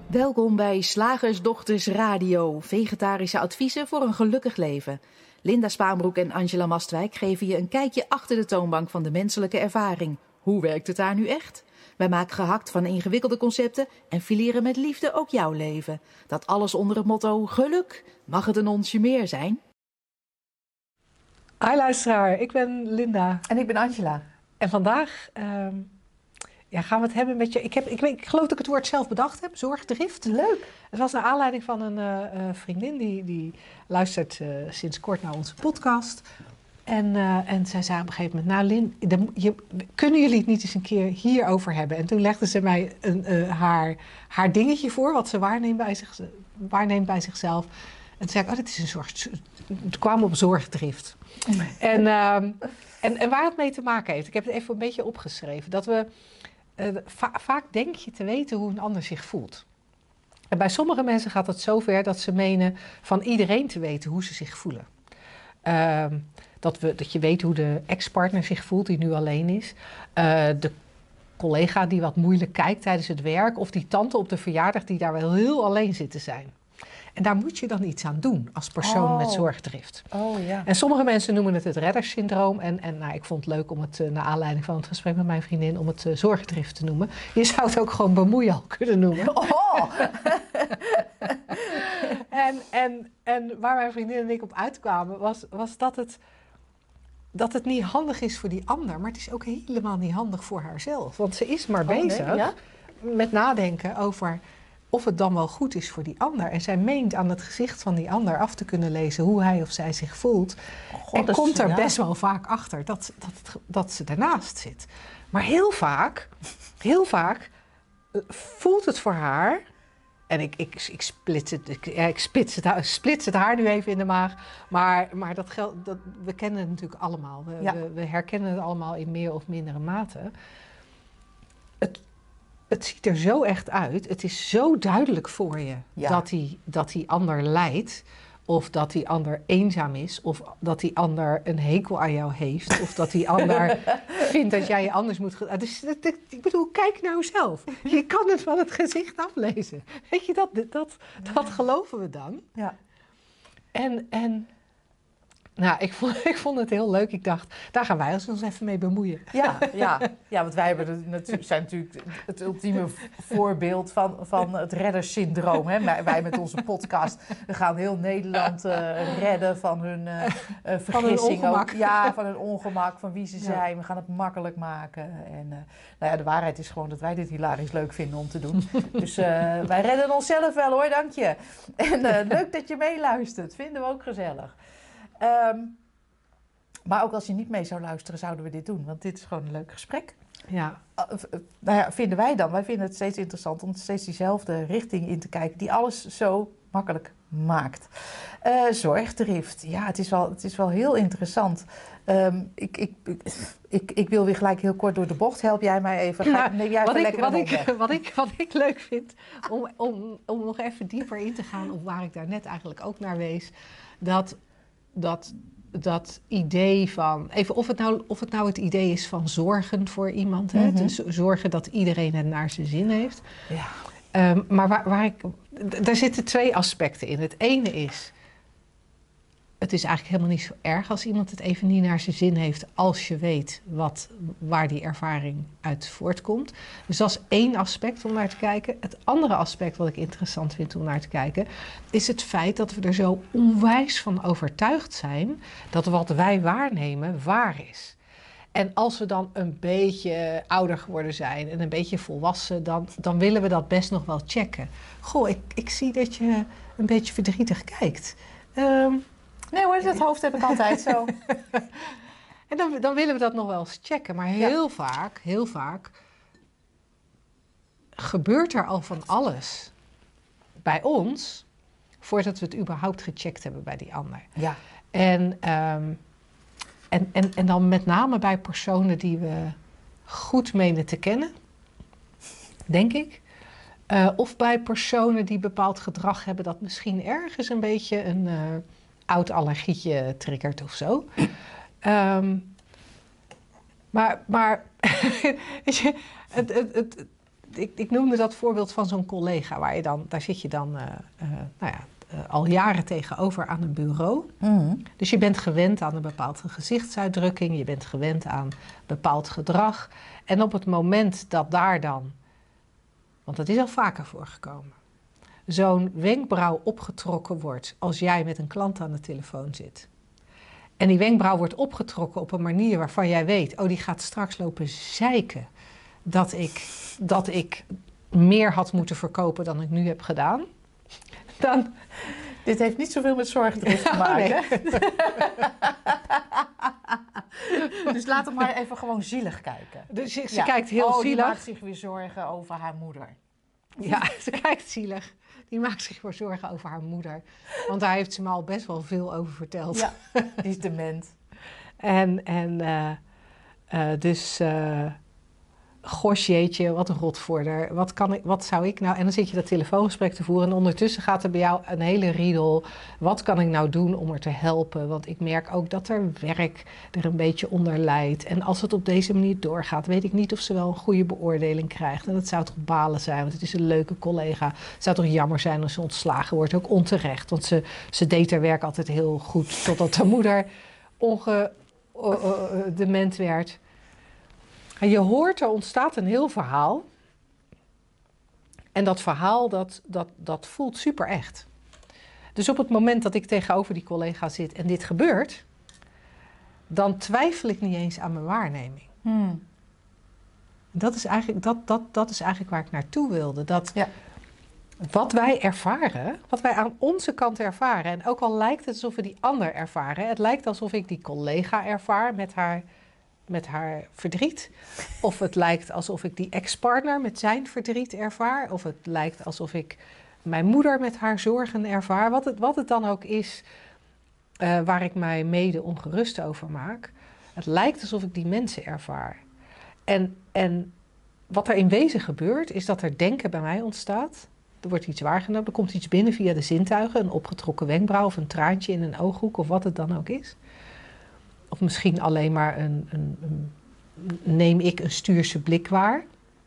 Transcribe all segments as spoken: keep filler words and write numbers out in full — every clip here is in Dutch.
Welkom bij Slagersdochters Radio, vegetarische adviezen voor een gelukkig leven. Linda Spaanbroek en Angela Mastwijk geven je een kijkje achter de toonbank van de menselijke ervaring. Hoe werkt het daar nu echt? Wij maken gehakt van ingewikkelde concepten en fileren met liefde ook jouw leven. Dat alles onder het motto geluk. Mag het een onsje meer zijn? Hi luisteraar, ik ben Linda. En ik ben Angela. En vandaag um, ja, gaan we het hebben met je. Ik, heb, ik, weet, ik geloof dat ik het woord zelf bedacht heb, zorgdrift. Leuk. Het was naar aanleiding van een uh, uh, vriendin die, die luistert uh, sinds kort naar onze podcast. En, uh, en zij zei op een gegeven moment, nou Lin, de, je, kunnen jullie het niet eens een keer hierover hebben? En toen legde ze mij een, uh, haar, haar dingetje voor, wat ze waarneemt bij, zich, waarneemt bij zichzelf. En toen zei ik, oh, dit is een soort. Het kwam op zorgdrift. Oh en, uh, en, en waar het mee te maken heeft, ik heb het even een beetje opgeschreven. Dat we, uh, va- vaak denk je te weten hoe een ander zich voelt. En bij sommige mensen gaat het zover dat ze menen van iedereen te weten hoe ze zich voelen. Uh, dat, we, dat je weet hoe de ex-partner zich voelt die nu alleen is. Uh, de collega die wat moeilijk kijkt tijdens het werk. Of die tante op de verjaardag die daar wel heel alleen zit te zijn. En daar moet je dan iets aan doen als persoon oh. met zorgdrift. Oh, ja. En sommige mensen noemen het het redderssyndroom. En, en nou, ik vond het leuk om het, uh, naar aanleiding van het gesprek met mijn vriendin, om het uh, zorgdrift te noemen. Je zou het ook gewoon bemoeial kunnen noemen. Oh. en, en, en waar mijn vriendin en ik op uitkwamen, was, was dat, het, dat het niet handig is voor die ander. Maar het is ook helemaal niet handig voor haarzelf. Want ze is maar oh, bezig nee, ja? met nadenken over of het dan wel goed is voor die ander. En zij meent aan het gezicht van die ander af te kunnen lezen hoe hij of zij zich voelt. God, en komt er ja. best wel vaak achter dat, dat, dat ze ernaast zit. Maar heel vaak, heel vaak voelt het voor haar. En ik, ik, ik, splits, het, ik, ja, ik splits, het, splits het haar nu even in de maag. Maar, maar dat geldt, dat, we kennen het natuurlijk allemaal. We, ja. we, we herkennen het allemaal in meer of mindere mate. Het Het ziet er zo echt uit. Het is zo duidelijk voor je ja. dat, die, dat die ander lijdt. Of dat die ander eenzaam is. Of dat die ander een hekel aan jou heeft. Of dat die ander vindt dat jij je anders moet... Ge- dus, dat, dat, ik bedoel, kijk nou zelf. Je kan het van het gezicht aflezen. Weet je, dat, dat, dat geloven we dan. Ja. En... en Nou, ik vond, ik vond het heel leuk. Ik dacht, daar gaan wij ons even mee bemoeien. Ja, ja, ja, want wij hebben het, zijn natuurlijk het ultieme voorbeeld van, van het redderssyndroom. Hè? Wij, wij met onze podcast, we gaan heel Nederland uh, redden van hun uh, uh, vergissing. Van hun ongemak. Ook, ja, van hun ongemak, van wie ze ja. zijn. We gaan het makkelijk maken. En uh, nou ja, de waarheid is gewoon dat wij dit hilarisch leuk vinden om te doen. Dus uh, wij redden onszelf wel hoor, dank je. En uh, leuk dat je meeluistert, vinden we ook gezellig. Um, maar ook als je niet mee zou luisteren, zouden we dit doen. Want dit is gewoon een leuk gesprek. Ja. Uh, uh, nou ja, vinden wij dan. Wij vinden het steeds interessant om steeds diezelfde richting in te kijken. Die alles zo makkelijk maakt. Uh, zorgdrift. Ja, het is wel, het is wel heel interessant. Um, ik, ik, ik, ik, ik wil weer gelijk heel kort door de bocht. Help jij mij even? Nou, neem jij wat, even ik, wat, ik, wat, ik, wat ik leuk vind, om, om, om nog even dieper in te gaan op waar ik daar net eigenlijk ook naar wees. Dat, dat, dat idee van, even of het, nou, of het nou het idee is van zorgen voor iemand. Hè? Mm-hmm. Dus zorgen dat iedereen het naar zijn zin heeft. Ja. Um, maar waar, waar ik, daar zitten twee aspecten in. Het ene is, het is eigenlijk helemaal niet zo erg als iemand het even niet naar zijn zin heeft, als je weet wat, waar die ervaring uit voortkomt. Dus dat is één aspect om naar te kijken. Het andere aspect wat ik interessant vind om naar te kijken, is het feit dat we er zo onwijs van overtuigd zijn dat wat wij waarnemen waar is. En als we dan een beetje ouder geworden zijn en een beetje volwassen, dan, dan willen we dat best nog wel checken. Goh, ik, ik zie dat je een beetje verdrietig kijkt. Um, Nee hoor, dat hoofd heb ik altijd zo. En dan, dan willen we dat nog wel eens checken. Maar heel ja. vaak, heel vaak gebeurt er al van alles bij ons voordat we het überhaupt gecheckt hebben bij die ander. Ja. En, um, en, en, en dan met name bij personen die we goed menen te kennen, denk ik. Uh, of bij personen die bepaald gedrag hebben dat misschien ergens een beetje een uh, oud allergietje triggert of zo. Um, maar maar weet je, het, het, het, ik, ik noemde dat voorbeeld van zo'n collega, waar je dan, daar zit je dan uh, uh, nou ja, uh, al jaren tegenover aan een bureau. Mm-hmm. Dus je bent gewend aan een bepaalde gezichtsuitdrukking, je bent gewend aan bepaald gedrag. En op het moment dat daar dan, want dat is al vaker voorgekomen, zo'n wenkbrauw opgetrokken wordt als jij met een klant aan de telefoon zit. En die wenkbrauw wordt opgetrokken op een manier waarvan jij weet, oh, die gaat straks lopen zeiken dat ik, dat ik meer had moeten verkopen dan ik nu heb gedaan. Dan... Dit heeft niet zoveel met zorgdrift te maken. Oh, nee. Dus laat hem maar even gewoon zielig kijken. Dus ze, ze ja. kijkt heel oh, zielig. Die maakt zich weer zorgen over haar moeder. Ja, ze kijkt zielig. Die maakt zich weer zorgen over haar moeder. Want daar heeft ze me al best wel veel over verteld. Ja, die is dement. en en uh, uh, dus... Uh, Gosh, jeetje, wat een rotvorder. Wat, kan ik, wat zou ik nou... En dan zit je dat telefoongesprek te voeren en ondertussen gaat er bij jou een hele riedel. Wat kan ik nou doen om er te helpen? Want ik merk ook dat er werk er een beetje onder lijdt. En als het op deze manier doorgaat, weet ik niet of ze wel een goede beoordeling krijgt. En dat zou toch balen zijn, want het is een leuke collega. Het zou toch jammer zijn als ze ontslagen wordt, ook onterecht. Want ze, ze deed haar werk altijd heel goed, totdat de moeder onge, uh, uh, dement werd. En je hoort, er ontstaat een heel verhaal. En dat verhaal, dat, dat, dat voelt super echt. Dus op het moment dat ik tegenover die collega zit en dit gebeurt, dan twijfel ik niet eens aan mijn waarneming. Hmm. Dat is eigenlijk, dat, dat, dat is eigenlijk waar ik naartoe wilde. Dat ja. Wat wij ervaren, wat wij aan onze kant ervaren, en ook al lijkt het alsof we die ander ervaren, het lijkt alsof ik die collega ervaar met haar... met haar verdriet. Of het lijkt alsof ik die ex-partner met zijn verdriet ervaar. Of het lijkt alsof ik mijn moeder met haar zorgen ervaar. Wat het, wat het dan ook is uh, waar ik mij mede ongerust over maak. Het lijkt alsof ik die mensen ervaar. En, en wat er in wezen gebeurt, is dat er denken bij mij ontstaat. Er wordt iets waargenomen, er komt iets binnen via de zintuigen. Een opgetrokken wenkbrauw of een traantje in een ooghoek of wat het dan ook is. Of misschien alleen maar een, een, een neem ik een stuurse blik waar.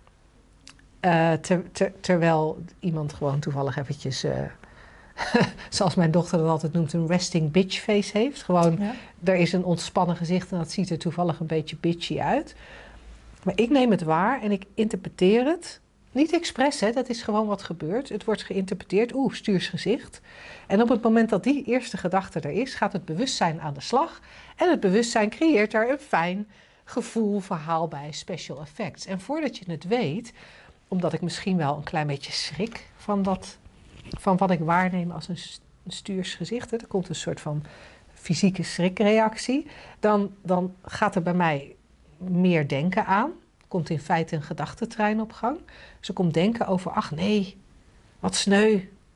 Uh, ter, ter, terwijl iemand gewoon toevallig eventjes, uh, zoals mijn dochter dat altijd noemt, een resting bitch face heeft. Gewoon, ja. Er is een ontspannen gezicht en dat ziet er toevallig een beetje bitchy uit. Maar ik neem het waar en ik interpreteer het. Niet expres, hè, dat is gewoon wat gebeurt. Het wordt geïnterpreteerd, oeh, stuurs gezicht. En op het moment dat die eerste gedachte er is, gaat het bewustzijn aan de slag. En het bewustzijn creëert daar een fijn gevoel, verhaal bij, special effects. En voordat je het weet, omdat ik misschien wel een klein beetje schrik van, dat, van wat ik waarneem als een stuurs gezicht, hè, er komt een soort van fysieke schrikreactie, dan, dan gaat er bij mij meer denken aan. Komt in feite een gedachtentrein op gang. Dus er komt denken over, ach nee, wat sneu.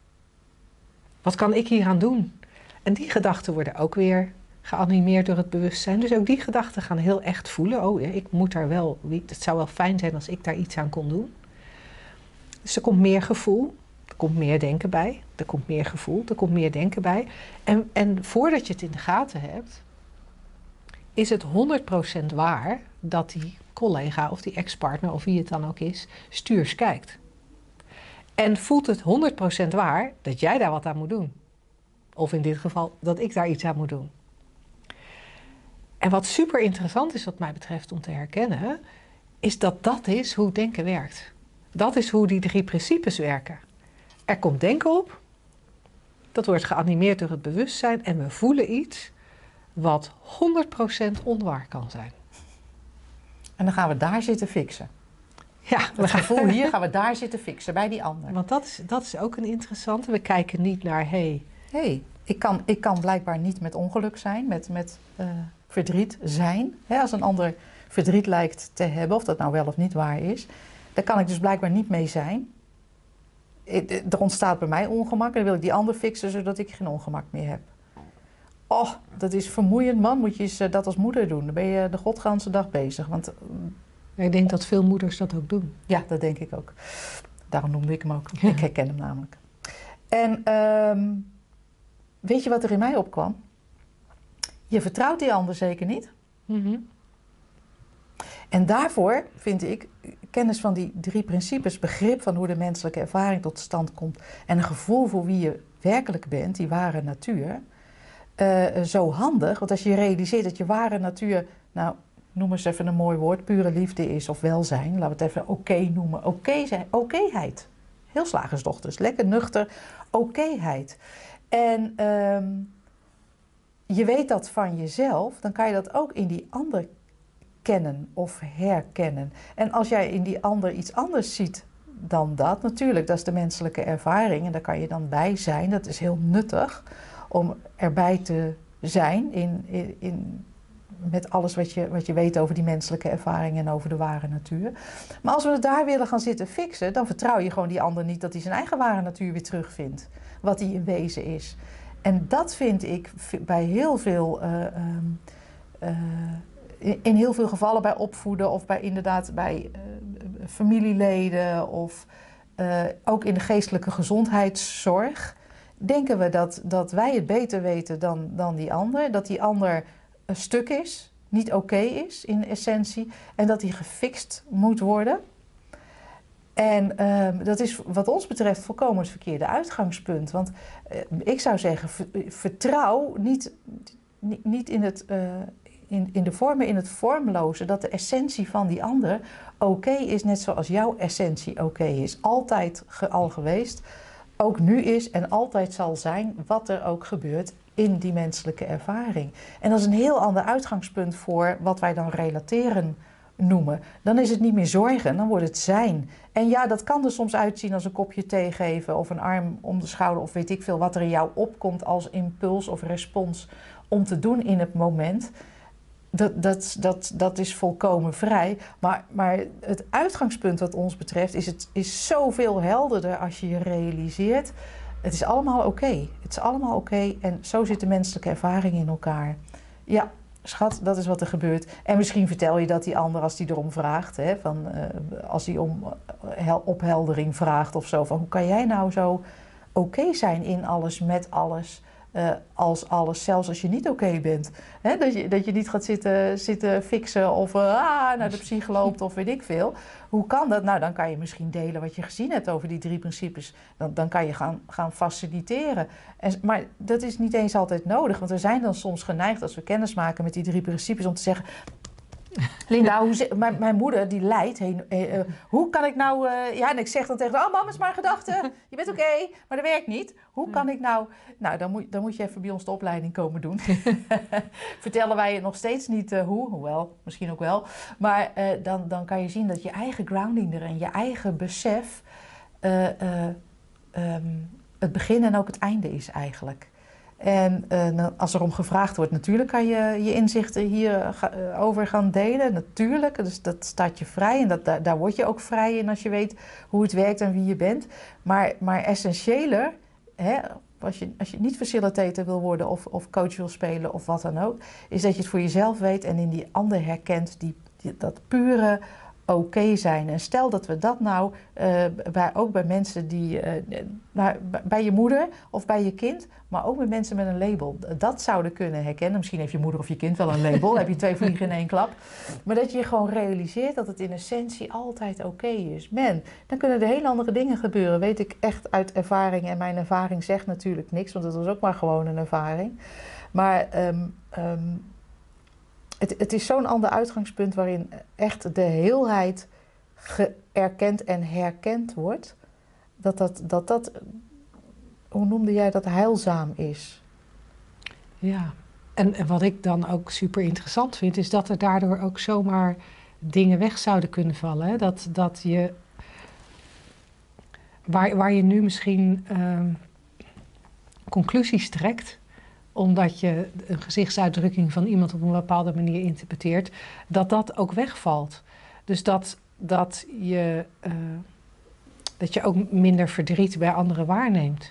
Wat kan ik hier aan doen? En die gedachten worden ook weer geanimeerd door het bewustzijn. Dus ook die gedachten gaan heel echt voelen. Oh ja, ik moet daar wel, het zou wel fijn zijn als ik daar iets aan kon doen. Dus er komt meer gevoel, er komt meer denken bij. Er komt meer gevoel, er komt meer denken bij. En, en voordat je het in de gaten hebt, is het honderd procent waar dat die collega of die ex-partner of wie het dan ook is, stuurs kijkt. En voelt het honderd procent waar dat jij daar wat aan moet doen. Of in dit geval dat ik daar iets aan moet doen. En wat super interessant is wat mij betreft om te herkennen, is dat dat is hoe denken werkt. Dat is hoe die drie principes werken. Er komt denken op, dat wordt geanimeerd door het bewustzijn en we voelen iets wat honderd procent onwaar kan zijn. En dan gaan we daar zitten fixen. Ja, het gevoel hier gaan we daar zitten fixen, bij die ander. Want dat is, dat is ook een interessante. We kijken niet naar, hé... Hey, hey, ik, kan, ik kan blijkbaar niet met ongeluk zijn, met, met uh, verdriet zijn. Hè, als een ander verdriet lijkt te hebben, of dat nou wel of niet waar is, daar kan ik dus blijkbaar niet mee zijn. Er ontstaat bij mij ongemak en dan wil ik die ander fixen, zodat ik geen ongemak meer heb. Oh, dat is vermoeiend, man. Moet je eens uh, dat als moeder doen. Dan ben je de godganse dag bezig. Want, uh, ik denk dat veel moeders dat ook doen. Ja, dat denk ik ook. Daarom noemde ik hem ook. Ja. Ik herken hem namelijk. En um, weet je wat er in mij opkwam? Je vertrouwt die ander zeker niet. Mm-hmm. En daarvoor, vind ik, kennis van die drie principes, begrip van hoe de menselijke ervaring tot stand komt en een gevoel voor wie je werkelijk bent, die ware natuur, uh, zo handig. Want als je realiseert dat je ware natuur, nou, noem eens even een mooi woord, pure liefde is of welzijn, laten we het even oké noemen, oké zijn, okéheid. Heel slagersdochters, lekker nuchter, okéheid. En um, je weet dat van jezelf, dan kan je dat ook in die ander kennen of herkennen. En als jij in die ander iets anders ziet dan dat, natuurlijk, dat is de menselijke ervaring en daar kan je dan bij zijn. Dat is heel nuttig om erbij te zijn in, in, in, met alles wat je, wat je weet over die menselijke ervaring en over de ware natuur. Maar als we het daar willen gaan zitten fixen, dan vertrouw je gewoon die ander niet dat hij zijn eigen ware natuur weer terugvindt. Wat hij in wezen is. En dat vind ik bij heel veel, uh, um, uh, in heel veel gevallen bij opvoeden of bij inderdaad bij uh, familieleden of uh, ook in de geestelijke gezondheidszorg, denken we dat, dat wij het beter weten dan, dan die ander. Dat die ander een stuk is, niet oké is in essentie en dat die gefixt moet worden. En uh, dat is wat ons betreft volkomen het verkeerde uitgangspunt. Want uh, ik zou zeggen, vertrouw niet, niet, niet in, het, uh, in, in de vormen, in het vormloze, dat de essentie van die ander oké is, net zoals jouw essentie oké is. Altijd ge, al geweest, ook nu is en altijd zal zijn, wat er ook gebeurt in die menselijke ervaring. En dat is een heel ander uitgangspunt voor wat wij dan relateren noemen. Dan is het niet meer zorgen, dan wordt het zijn. En ja, dat kan er soms uitzien als een kopje thee geven of een arm om de schouder of weet ik veel wat er in jou opkomt als impuls of respons om te doen in het moment. Dat, dat, dat, dat is volkomen vrij. Maar, maar het uitgangspunt wat ons betreft is het is zoveel helderder als je je realiseert. Het is allemaal oké. Okay. Het is allemaal oké okay. En zo zit de menselijke ervaring in elkaar. Ja, schat, dat is wat er gebeurt. En misschien vertel je dat die ander als die erom vraagt, hè, van, uh, als hij om hel- opheldering vraagt of zo, van hoe kan jij nou zo oké okay zijn in alles, met alles, uh, als alles, zelfs als je niet oké okay bent. Hè, dat, je, dat je niet gaat zitten, zitten fixen of uh, ah, naar de psych loopt of weet ik veel. Hoe kan dat? Nou, dan kan je misschien delen wat je gezien hebt over die drie principes. Dan, dan kan je gaan, gaan faciliteren. En, maar dat is niet eens altijd nodig. Want we zijn dan soms geneigd als we kennis maken met die drie principes om te zeggen, Linda, hoe, mijn, mijn moeder die lijdt. Hey, uh, hoe kan ik nou... Uh, ja, en ik zeg dan tegen haar, oh mam, is maar een gedachte. Je bent oké, okay, maar dat werkt niet. Hoe kan ik nou... Nou, dan moet, dan moet je even bij ons de opleiding komen doen. Vertellen wij je nog steeds niet uh, hoe. Hoewel, misschien ook wel. Maar uh, dan, dan kan je zien dat je eigen grounding er en je eigen besef Uh, uh, um, het begin en ook het einde is eigenlijk. En uh, als er om gevraagd wordt, natuurlijk kan je je inzichten hierover gaan delen. Natuurlijk, dus dat staat je vrij. En dat, daar, daar word je ook vrij in als je weet hoe het werkt en wie je bent. Maar, maar essentieeler, hè, als, je, als je niet facilitator wil worden of, of coach wil spelen of wat dan ook, is dat je het voor jezelf weet en in die ander herkent, die, die, dat pure oké okay zijn. En stel dat we dat nou uh, bij, ook bij mensen die, uh, nou, bij je moeder of bij je kind, maar ook bij mensen met een label, dat zouden kunnen herkennen. Misschien heeft je moeder of je kind wel een label, dan heb je twee vliegen in één klap. Maar dat je gewoon realiseert dat het in essentie altijd oké okay is. Man, dan kunnen er hele andere dingen gebeuren. Weet ik echt uit ervaring. En mijn ervaring zegt natuurlijk niks, want het was ook maar gewoon een ervaring. Maar Um, um, Het, het is zo'n ander uitgangspunt waarin echt de heelheid geërkend en herkend wordt. Dat dat, dat dat, hoe noemde jij dat, heilzaam is. Ja, en, en wat ik dan ook super interessant vind, is dat er daardoor ook zomaar dingen weg zouden kunnen vallen. Hè? Dat, dat je, waar, waar je nu misschien uh, conclusies trekt, omdat je een gezichtsuitdrukking van iemand op een bepaalde manier interpreteert, dat dat ook wegvalt. Dus dat, dat, je, uh, dat je ook minder verdriet bij anderen waarneemt.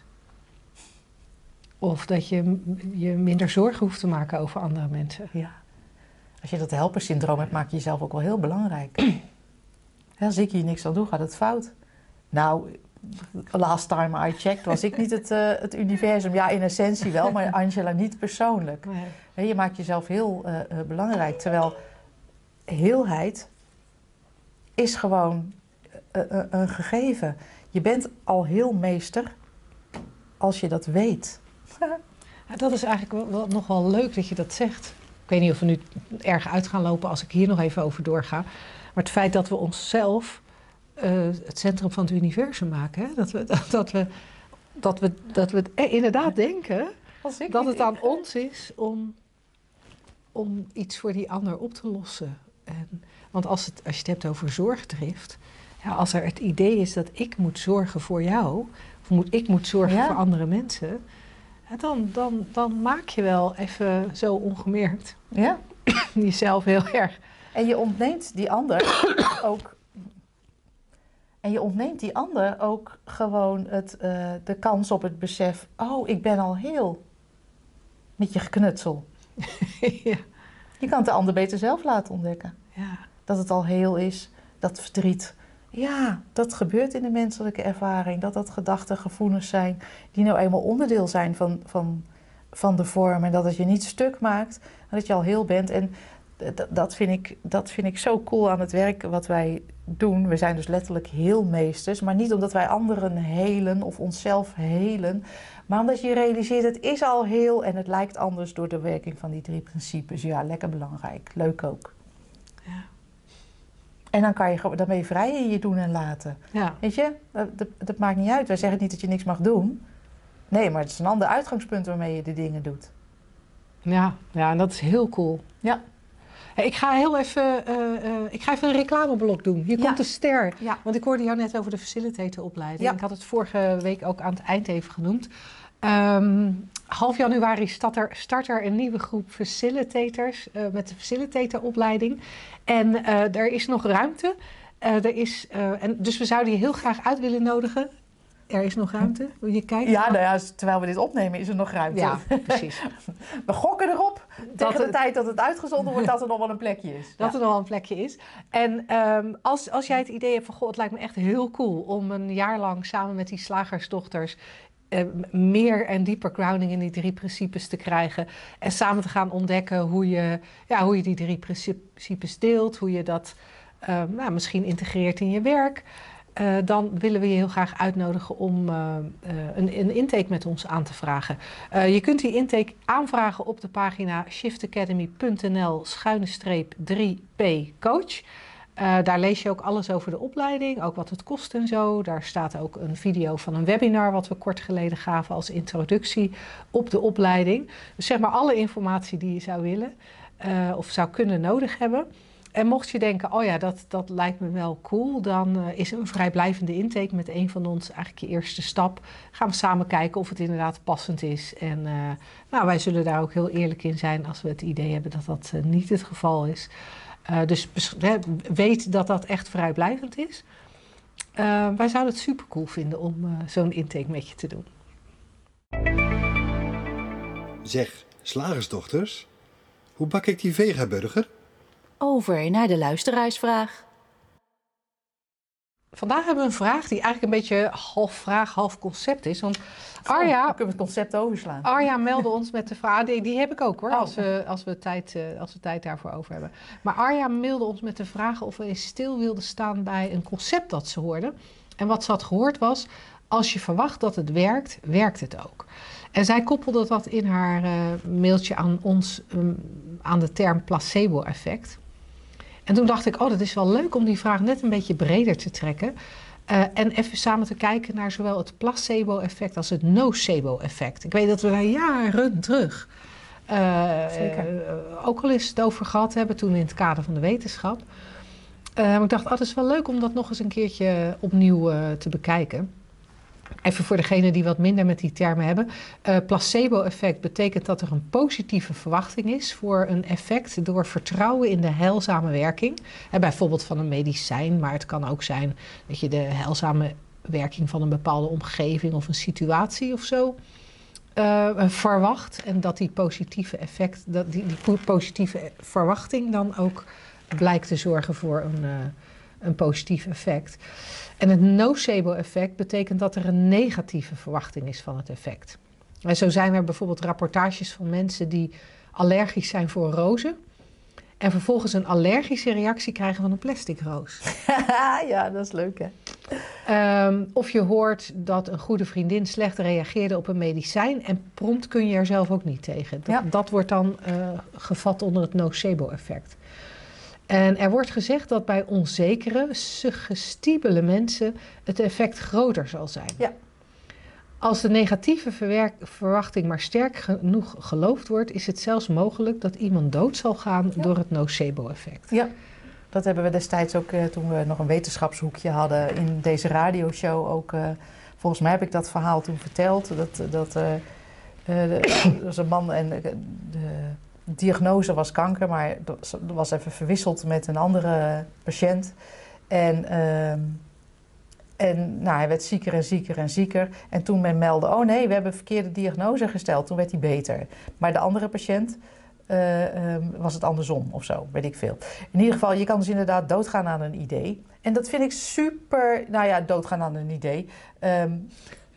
Of dat je je minder zorgen hoeft te maken over andere mensen. Ja. Als je dat helpersyndroom hebt, maak je jezelf ook wel heel belangrijk. Als ik hier niks aan doe, gaat het fout. Nou, last time I checked was ik niet het, uh, het universum. Ja, in essentie wel, maar Angela niet persoonlijk. Nee. Je maakt jezelf heel uh, uh, belangrijk. Terwijl heelheid is gewoon uh, uh, een gegeven. Je bent al heel meester als je dat weet. Ja, dat is eigenlijk wel, wel, nog wel leuk dat je dat zegt. Ik weet niet of we nu erg uit gaan lopen als ik hier nog even over doorga. Maar het feit dat we onszelf uh, het centrum van het universum maken. Hè? Dat, we, dat, dat, we, dat, we, dat we het inderdaad denken dat het aan ons is om, om iets voor die ander op te lossen. En, want als, het, als je het hebt over zorgdrift. Ja, als er het idee is dat ik moet zorgen voor jou. Of moet, ik moet zorgen ja. voor andere mensen. Dan, dan, dan maak je wel even zo ongemerkt ja. jezelf heel erg. En je ontneemt die ander ook. En je ontneemt die ander ook gewoon het, uh, de kans op het besef. Oh, ik ben al heel met je geknutsel. ja. Je kan het de ander beter zelf laten ontdekken. Ja. Dat het al heel is, dat verdriet. Ja, dat gebeurt in de menselijke ervaring. Dat dat gedachten, gevoelens zijn die nou eenmaal onderdeel zijn van, van, van de vorm. En dat het je niet stuk maakt, maar dat je al heel bent. En d- dat, vind ik, dat vind ik zo cool aan het werk wat wij doen. We zijn dus letterlijk heelmeesters. Maar niet omdat wij anderen helen of onszelf helen. Maar omdat je realiseert, het is al heel en het lijkt anders door de werking van die drie principes. Ja, lekker belangrijk. Leuk ook. Ja. En dan, kan je, dan ben je vrij in je doen en laten. Ja. Weet je, dat, dat, dat maakt niet uit. Wij zeggen niet dat je niks mag doen. Nee, maar het is een ander uitgangspunt waarmee je de dingen doet. Ja, ja, en dat is heel cool. Ja. Hey, ik ga heel even, uh, uh, ik ga even een reclameblok doen. Hier ja. komt de ster. Ja. Want ik hoorde jou net over de facilitatoropleiding. Ja. Ik had het vorige week ook aan het eind even genoemd. Um, half januari start er, start er een nieuwe groep facilitators uh, met de facilitatoropleiding. En uh, er is nog ruimte. Uh, er is, uh, en dus we zouden je heel graag uit willen nodigen. Er is nog ruimte. Wil je kijken? Ja, nou ja, terwijl we dit opnemen is er nog ruimte. Ja, precies. We gokken erop dat tegen de het, tijd dat het uitgezonden wordt dat er nog wel een plekje is. Dat ja. er nog wel een plekje is. En um, als, als jij het idee hebt van, goh, het lijkt me echt heel cool om een jaar lang samen met die slagersdochters Uh, meer en dieper grounding in die drie principes te krijgen. En samen te gaan ontdekken hoe je, ja, hoe je die drie principes deelt. Hoe je dat uh, nou, misschien integreert in je werk. Uh, dan willen we je heel graag uitnodigen om uh, uh, een, een intake met ons aan te vragen. Uh, je kunt die intake aanvragen op de pagina shiftacademy.nl schuine streep 3p coach. Uh, daar lees je ook alles over de opleiding, ook wat het kost en zo. Daar staat ook een video van een webinar wat we kort geleden gaven als introductie op de opleiding. Dus zeg maar alle informatie die je zou willen uh, of zou kunnen nodig hebben. En mocht je denken, oh ja, dat, dat lijkt me wel cool, dan uh, is een vrijblijvende intake met een van ons eigenlijk je eerste stap. Gaan we samen kijken of het inderdaad passend is. En uh, nou, wij zullen daar ook heel eerlijk in zijn als we het idee hebben dat dat uh, niet het geval is. Uh, dus he, weet dat dat echt vrijblijvend is. Uh, wij zouden het super cool vinden om uh, zo'n intake met je te doen. Zeg, slagersdochters, hoe bak ik die vegaburger? Over naar de luisteraarsvraag. Vandaag hebben we een vraag die eigenlijk een beetje half vraag, half concept is. Want Arja, oh, dan kunnen we het concept overslaan. Arja meldde ons met de vraag, die, die heb ik ook hoor, oh. als, we, als, we tijd, uh, als we tijd daarvoor over hebben. Maar Arja mailde ons met de vraag of we eens stil wilden staan bij een concept dat ze hoorde. En wat ze had gehoord was, als je verwacht dat het werkt, werkt het ook. En zij koppelde dat in haar uh, mailtje aan ons um, aan de term placebo-effect. En toen dacht ik, oh, dat is wel leuk om die vraag net een beetje breder te trekken. Uh, en even samen te kijken naar zowel het placebo-effect als het nocebo-effect. Ik weet dat we daar jaren terug uh, Zeker. Uh, ook al eens het over gehad hebben, toen in het kader van de wetenschap. Uh, maar ik dacht, oh, het is wel leuk om dat nog eens een keertje opnieuw uh, te bekijken. Even voor degenen die wat minder met die termen hebben. Uh, placebo-effect betekent dat er een positieve verwachting is voor een effect door vertrouwen in de heilzame werking. En bijvoorbeeld van een medicijn, maar het kan ook zijn dat je de heilzame werking van een bepaalde omgeving of een situatie of zo uh, verwacht. En dat die positieve effect, dat die, die positieve verwachting dan ook blijkt te zorgen voor een, uh, een positief effect. En het nocebo-effect betekent dat er een negatieve verwachting is van het effect. En zo zijn er bijvoorbeeld rapportages van mensen die allergisch zijn voor rozen. En vervolgens een allergische reactie krijgen van een plastic roos. Ja, dat is leuk hè. Um, of je hoort dat een goede vriendin slecht reageerde op een medicijn en prompt kun je er zelf ook niet tegen. Dat, Ja. dat wordt dan uh, gevat onder het nocebo-effect. En er wordt gezegd dat bij onzekere, suggestibele mensen het effect groter zal zijn. Ja. Als de negatieve verwerk, verwachting maar sterk genoeg geloofd wordt, is het zelfs mogelijk dat iemand dood zal gaan ja. door het nocebo-effect. Ja. Dat hebben we destijds ook, uh, toen we nog een wetenschapshoekje hadden in deze radioshow ook. Uh, volgens mij heb ik dat verhaal toen verteld. Dat, dat uh, uh, er was een man en de, de diagnose was kanker, maar dat was even verwisseld met een andere patiënt. En, uh, en nou, hij werd zieker en zieker en zieker. En toen men meldde, oh nee, we hebben een verkeerde diagnose gesteld. Toen werd hij beter. Maar de andere patiënt... Uh, um, was het andersom of zo, weet ik veel. In ieder geval, je kan dus inderdaad doodgaan aan een idee. En dat vind ik super... Nou ja, doodgaan aan een idee. Um,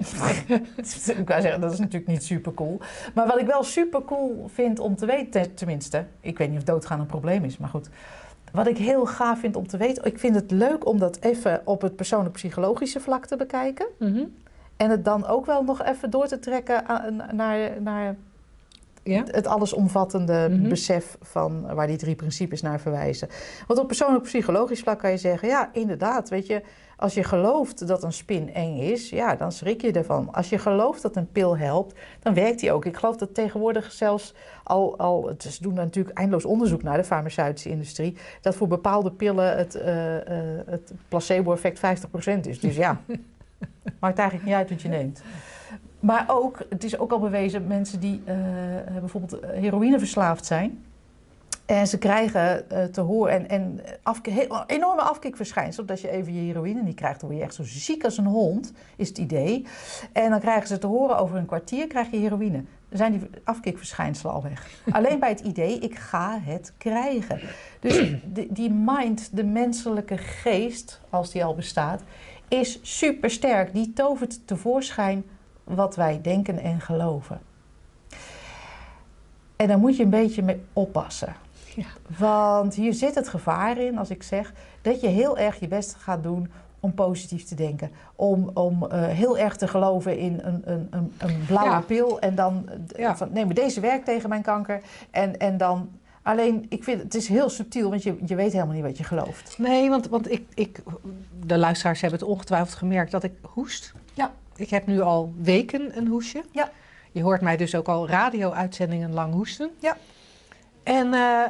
ik wou zeggen, dat is natuurlijk niet super cool. Maar wat ik wel super cool vind om te weten, tenminste... Ik weet niet of doodgaan een probleem is, maar goed. Wat ik heel gaaf vind om te weten... Ik vind het leuk om dat even op het persoonlijk-psychologische vlak te bekijken. Mm-hmm. En het dan ook wel nog even door te trekken aan, naar... naar Ja? Het allesomvattende mm-hmm. besef van waar die drie principes naar verwijzen. Want op persoonlijk psychologisch vlak kan je zeggen... ja, inderdaad, weet je... als je gelooft dat een spin eng is... ja, dan schrik je ervan. Als je gelooft dat een pil helpt, dan werkt die ook. Ik geloof dat tegenwoordig zelfs al... al ze doen natuurlijk eindeloos onderzoek naar de farmaceutische industrie... dat voor bepaalde pillen het, uh, uh, het placebo-effect vijftig procent is. Dus ja, maakt eigenlijk niet uit wat je neemt. Maar ook, het is ook al bewezen, mensen die uh, bijvoorbeeld heroïneverslaafd zijn... en ze krijgen uh, te horen en, en afke- heel, enorme afkikverschijnsel... dat je even je heroïne niet krijgt, dan word je echt zo ziek als een hond, is het idee. En dan krijgen ze te horen, over een kwartier krijg je heroïne. Dan zijn die afkikverschijnselen al weg. Alleen bij het idee, ik ga het krijgen. Dus de, die mind, de menselijke geest, als die al bestaat, is supersterk. Die tovert tevoorschijn... wat wij denken en geloven. En daar moet je een beetje mee oppassen. Ja. Want hier zit het gevaar in, als ik zeg... dat je heel erg je best gaat doen om positief te denken. Om, om uh, heel erg te geloven in een, een, een, een blauwe ja. pil... en dan, ja. van, nee, maar deze werkt tegen mijn kanker... en, en dan... Alleen, ik vind het is heel subtiel, want je, je weet helemaal niet wat je gelooft. Nee, want, want ik, ik, de luisteraars hebben het ongetwijfeld gemerkt dat ik hoest. Ja. Ik heb nu al weken een hoesje. Ja. Je hoort mij dus ook al radio-uitzendingen lang hoesten. Ja. En uh,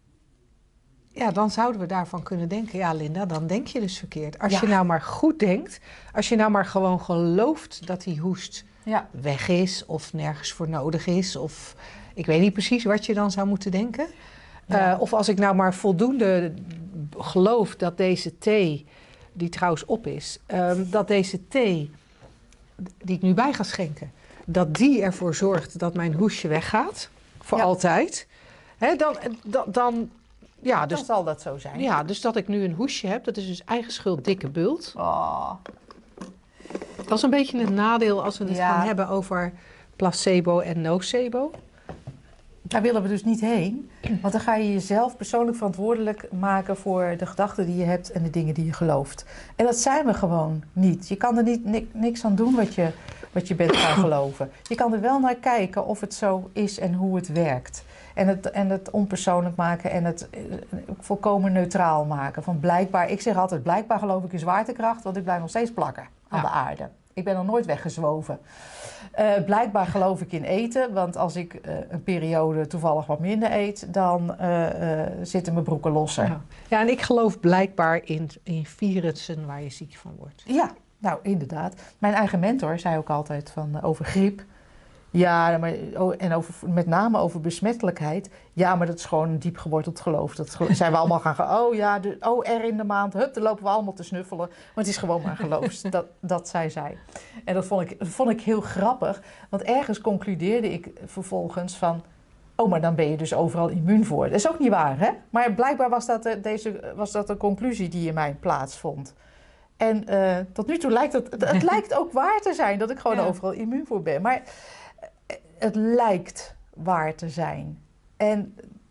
ja, dan zouden we daarvan kunnen denken... ja, Linda, dan denk je dus verkeerd. Als ja. je nou maar goed denkt, als je nou maar gewoon gelooft dat die hoest ja. weg is... of nergens voor nodig is, of ik weet niet precies wat je dan zou moeten denken... Ja. Uh, of als ik nou maar voldoende geloof dat deze thee, die trouwens op is... Um, dat deze thee, die ik nu bij ga schenken... dat die ervoor zorgt dat mijn hoesje weggaat. Voor ja. altijd. Hè, dan, dan, dan, ja, dus, dan zal dat zo zijn. Ja, dus dat ik nu een hoesje heb, dat is dus eigen schuld dikke bult. Oh. Dat is een beetje het nadeel als we het ja. gaan hebben over placebo en nocebo. Daar willen we dus niet heen. Want dan ga je jezelf persoonlijk verantwoordelijk maken... voor de gedachten die je hebt en de dingen die je gelooft. En dat zijn we gewoon niet. Je kan er niet, ni- niks aan doen wat je, wat je bent gaan geloven. Je kan er wel naar kijken of het zo is en hoe het werkt. En het, en het onpersoonlijk maken en het uh, volkomen neutraal maken. Van blijkbaar, ik zeg altijd, blijkbaar geloof ik in zwaartekracht... want ik blijf nog steeds plakken aan ja. de aarde. Ik ben nog nooit weggezwoven. Uh, blijkbaar geloof ik in eten, want als ik uh, een periode toevallig wat minder eet, dan uh, uh, zitten mijn broeken losser. Ja. ja, en ik geloof blijkbaar in, in virussen waar je ziek van wordt. Ja, nou inderdaad. Mijn eigen mentor zei ook altijd van, uh, over griep. Ja, maar, oh, en over, met name over besmettelijkheid. Ja, maar dat is gewoon een diep geworteld geloof. Dat geloof, zijn we allemaal gaan gaan. Oh ja, de, oh er in de maand. Hup, dan lopen we allemaal te snuffelen. Maar het is gewoon maar geloof. Dat, dat zei zij. En dat vond ik, vond ik heel grappig. Want ergens concludeerde ik vervolgens van... Oh, maar dan ben je dus overal immuun voor. Dat is ook niet waar, hè? Maar blijkbaar was dat, deze, was dat een conclusie die in mijn plaatsvond. En uh, tot nu toe lijkt het... Het lijkt ook waar te zijn dat ik gewoon ja. overal immuun voor ben. Maar... Het lijkt waar te zijn. En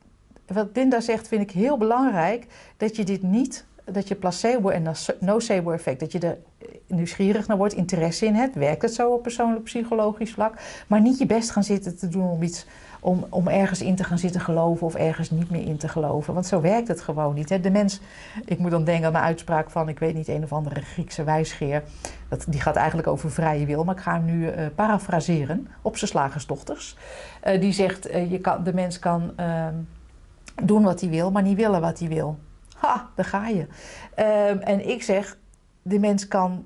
wat Linda zegt vind ik heel belangrijk, dat je dit niet, dat je placebo en nocebo effect, dat je er nieuwsgierig naar wordt, interesse in hebt, werkt het zo op persoonlijk psychologisch vlak, maar niet je best gaan zitten te doen om iets, om, om ergens in te gaan zitten geloven of ergens niet meer in te geloven, want zo werkt het gewoon niet. Hè? De mens, ik moet dan denken aan een uitspraak van, ik weet niet, een of andere Griekse wijsgeer, dat, die gaat eigenlijk over vrije wil, maar ik ga hem nu uh, parafraseren op zijn slagersdochters. Uh, die zegt, uh, je kan, de mens kan uh, doen wat hij wil, maar niet willen wat hij wil. Ha, daar ga je. Uh, en ik zeg, de mens kan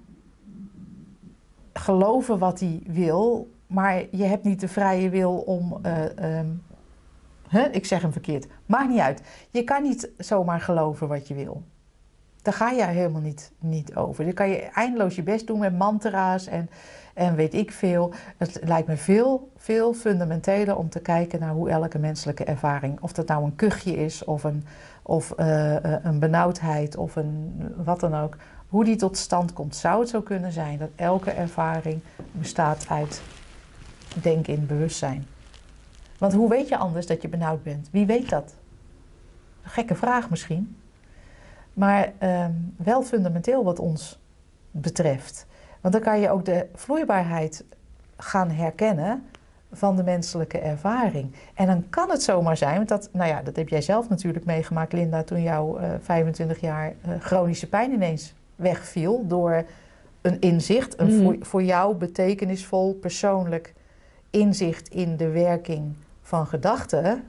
geloven wat hij wil, maar je hebt niet de vrije wil om... Uh, um, huh? Ik zeg hem verkeerd. Maakt niet uit. Je kan niet zomaar geloven wat je wil. Daar ga je helemaal niet, niet over. Dan kan je eindeloos je best doen met mantra's en, en weet ik veel. Het lijkt me veel, veel fundamenteler om te kijken naar hoe elke menselijke ervaring, of dat nou een kuchje is of een, of, uh, een benauwdheid of een, wat dan ook, hoe die tot stand komt. Zou het zo kunnen zijn dat elke ervaring bestaat uit denken in bewustzijn? Want hoe weet je anders dat je benauwd bent? Wie weet dat? Een gekke vraag misschien. Maar uh, wel fundamenteel wat ons betreft. Want dan kan je ook de vloeibaarheid gaan herkennen van de menselijke ervaring. En dan kan het zomaar zijn, want dat, nou ja, dat heb jij zelf natuurlijk meegemaakt, Linda, toen jouw uh, vijfentwintig jaar uh, chronische pijn ineens wegviel door een inzicht, een mm. voor, voor jou betekenisvol persoonlijk inzicht in de werking van gedachten.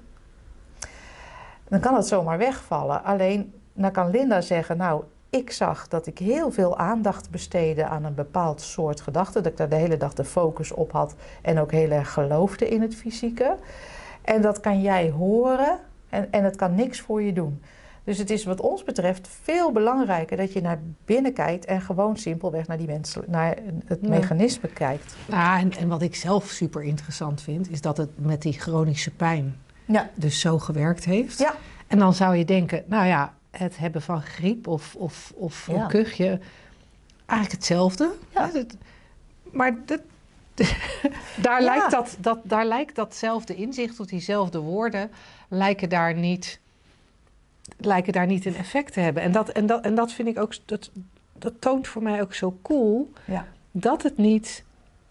Dan kan het zomaar wegvallen. Alleen, dan kan Linda zeggen, nou, ik zag dat ik heel veel aandacht besteedde aan een bepaald soort gedachte, dat ik daar de hele dag de focus op had en ook heel erg geloofde in het fysieke. En dat kan jij horen en, en het kan niks voor je doen. Dus het is wat ons betreft veel belangrijker dat je naar binnen kijkt en gewoon simpelweg naar, die mensen, naar het ja. mechanisme kijkt. Ja, en, en wat ik zelf super interessant vind, is dat het met die chronische pijn ja. dus zo gewerkt heeft. Ja. En dan zou je denken, nou ja, het hebben van griep of, of, of ja. een kuchje, eigenlijk hetzelfde. Ja. Ja, het, maar dat, daar, ja. lijkt dat, dat, daar lijkt datzelfde inzicht of diezelfde woorden lijken daar niet... lijken daar niet een effect te hebben. En dat, en dat, en dat vind ik ook, dat, dat toont voor mij ook zo cool, ja. dat het niet,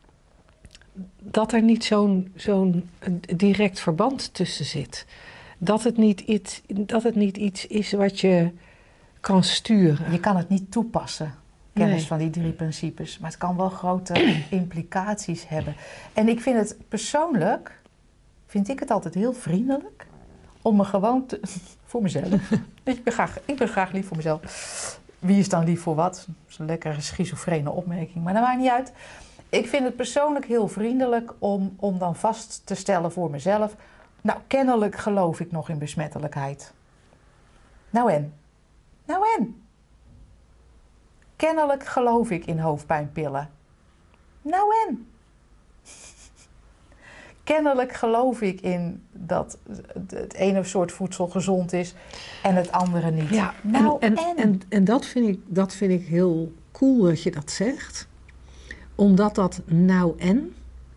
dat er niet zo'n, zo'n direct verband tussen zit. Dat het niet iets, dat het niet iets is wat je kan sturen. Je kan het niet toepassen, kennis nee. van die drie principes, maar het kan wel grote implicaties hebben. En ik vind het persoonlijk, vind ik het altijd heel vriendelijk om me gewoon te... Voor mezelf. ik, ben graag, ik ben graag lief voor mezelf. Wie is dan lief voor wat? Dat is een lekkere schizofrene opmerking, maar dat maakt niet uit. Ik vind het persoonlijk heel vriendelijk om, om dan vast te stellen voor mezelf. Nou, kennelijk geloof ik nog in besmettelijkheid. Nou en? Nou en? Kennelijk geloof ik in hoofdpijnpillen. Nou en? Kennelijk geloof ik in dat het ene soort voedsel gezond is en het andere niet. Ja, nou, en, en, en. en, en dat, vind ik, dat vind ik heel cool dat je dat zegt. Omdat dat nou en,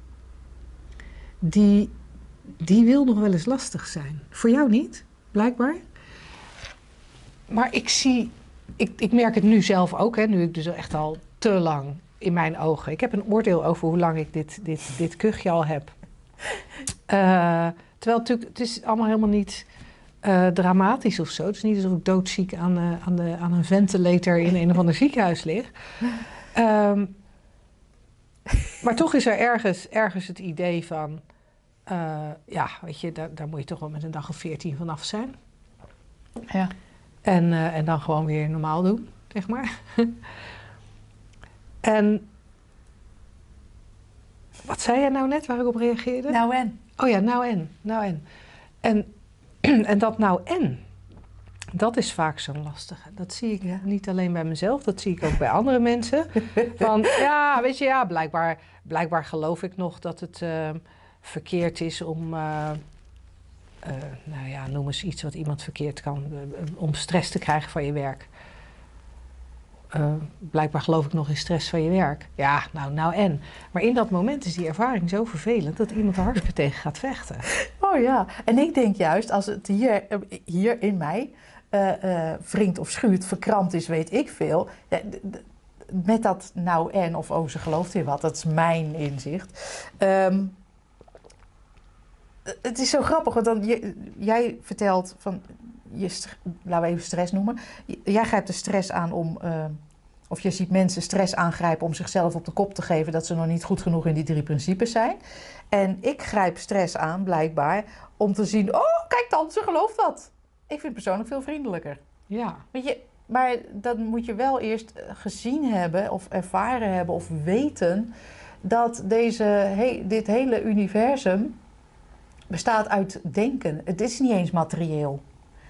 die, die wil nog wel eens lastig zijn. Voor jou niet, blijkbaar. Maar ik zie, ik, ik merk het nu zelf ook, hè, nu ik dus echt al te lang in mijn ogen. Ik heb een oordeel over hoe lang ik dit, dit, dit kuchje al heb. Uh, terwijl het natuurlijk, het is allemaal helemaal niet uh, dramatisch of zo. Het is niet alsof ik doodziek aan, uh, aan, de, aan een ventilator in een of ander ziekenhuis lig. Um, maar toch is er ergens, ergens het idee van... Uh, ja, weet je, daar, daar moet je toch wel met een dag of veertien vanaf zijn. Ja. En, uh, en dan gewoon weer normaal doen, zeg maar. En... Wat zei jij nou net waar ik op reageerde? Nou en. Oh ja, nou en. Nou en. En, en dat nou en, dat is vaak zo'n lastige. Dat zie ik ja. niet alleen bij mezelf, dat zie ik ook bij andere mensen. Van ja, weet je, ja, blijkbaar, blijkbaar geloof ik nog dat het uh, verkeerd is om... Uh, uh, nou ja, noem eens iets wat iemand verkeerd kan. Uh, om stress te krijgen van je werk. Uh, blijkbaar geloof ik nog in stress van je werk. Ja, nou, nou en. Maar in dat moment is die ervaring zo vervelend dat iemand er hartstikke tegen gaat vechten. Oh, Oh ja, en ik denk juist, als het hier, hier in mij uh, uh, wringt of schuurt, verkrampt is, weet ik veel. Ja, d- d- met dat nou en of oh, ze gelooft in wat, dat is mijn inzicht. Um, het is zo grappig, want dan, je, jij vertelt van, je, laten we even stress noemen. Jij grijpt de stress aan om, uh, of je ziet mensen stress aangrijpen om zichzelf op de kop te geven dat ze nog niet goed genoeg in die drie principes zijn. En ik grijp stress aan, blijkbaar, om te zien, oh, kijk dan, ze gelooft dat. Ik vind het persoonlijk veel vriendelijker. Ja. Weet je, maar dat moet je wel eerst gezien hebben of ervaren hebben of weten dat deze, he, dit hele universum bestaat uit denken. Het is niet eens materieel.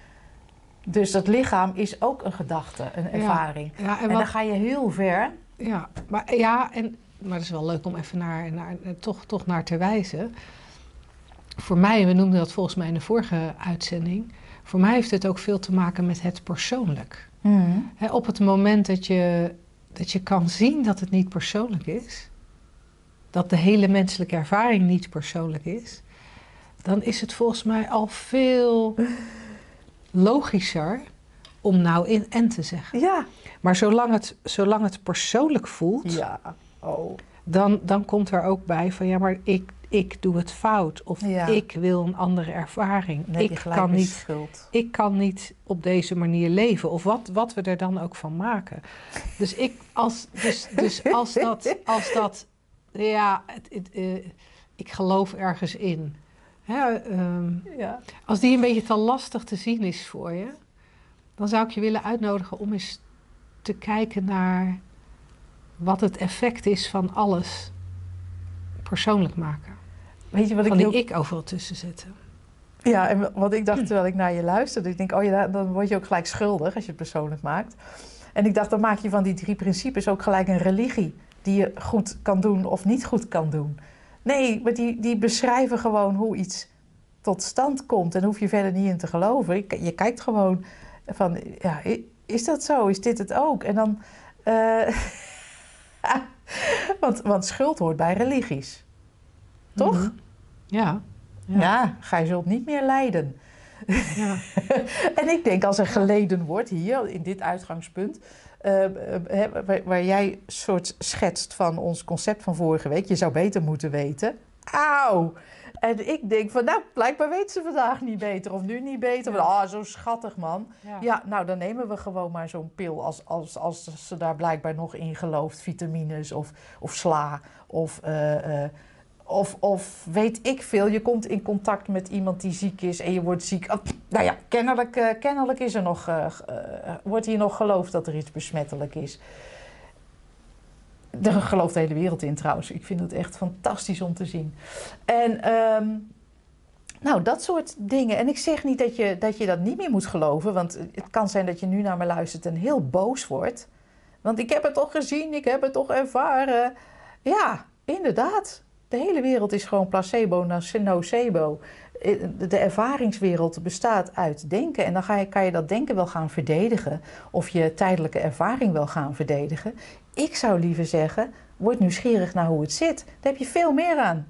Dus dat lichaam is ook een gedachte, een ervaring. Ja, ja, en en wat, dan ga je heel ver. Ja, maar, ja en, maar het is wel leuk om even naar, naar, toch, toch naar te wijzen. Voor mij, we noemden dat volgens mij in de vorige uitzending, voor mij heeft het ook veel te maken met het persoonlijk. Mm. He, op het moment dat je, dat je kan zien dat het niet persoonlijk is, dat de hele menselijke ervaring niet persoonlijk is, dan is het volgens mij al veel logischer om nou in en te zeggen. Ja. Maar zolang het, zolang het persoonlijk voelt, Ja. Oh. dan, dan komt er ook bij van ja, maar ik, ik doe het fout. Of Ja. ik wil een andere ervaring. Nee, ik, kan niet, schuld. ik kan niet op deze manier leven. Of wat, wat we er dan ook van maken. Dus, ik, als, dus, dus als dat, als dat ja, het, het, uh, ik geloof ergens in. Hè, um, Ja. Als die een beetje te lastig te zien is voor je, dan zou ik je willen uitnodigen om eens te kijken naar wat het effect is van alles persoonlijk maken. Weet je wat van ik die heel... ik overal tussen zetten. Ja, en wat ik dacht terwijl ik naar je luisterde, ik denk, oh ja, dan word je ook gelijk schuldig als je het persoonlijk maakt. En ik dacht, dan maak je van die drie principes ook gelijk een religie die je goed kan doen of niet goed kan doen. Nee, maar die, die beschrijven gewoon hoe iets tot stand komt en hoef je verder niet in te geloven. Je, je kijkt gewoon van, ja, is dat zo? Is dit het ook? En dan, uh, want, want schuld hoort bij religies. Toch? Mm-hmm. Ja. Ja. ja, gij zult niet meer lijden. Ja. En ik denk als er geleden wordt, hier in dit uitgangspunt, uh, uh, waar, waar jij soort schetst van ons concept van vorige week, je zou beter moeten weten. Auw! En ik denk van, nou, blijkbaar weet ze vandaag niet beter of nu niet beter. Ah, ja. oh, zo schattig, man. Ja. ja, nou, dan nemen we gewoon maar zo'n pil als, als, als ze daar blijkbaar nog in gelooft. Vitamines of, of sla of... Uh, uh, Of, of weet ik veel, je komt in contact met iemand die ziek is en je wordt ziek. Oh, nou ja, kennelijk, uh, kennelijk is er nog, uh, uh, wordt hier nog geloofd dat er iets besmettelijk is. Daar gelooft de hele wereld in trouwens. Ik vind het echt fantastisch om te zien. En um, nou, dat soort dingen. En ik zeg niet dat je, dat je dat niet meer moet geloven, want het kan zijn dat je nu naar me luistert en heel boos wordt. Want ik heb het toch gezien, ik heb het toch ervaren. Ja, inderdaad. De hele wereld is gewoon placebo, nocebo. De ervaringswereld bestaat uit denken. En dan ga je, kan je dat denken wel gaan verdedigen. Of je tijdelijke ervaring wel gaan verdedigen. Ik zou liever zeggen, word nieuwsgierig naar hoe het zit. Daar heb je veel meer aan.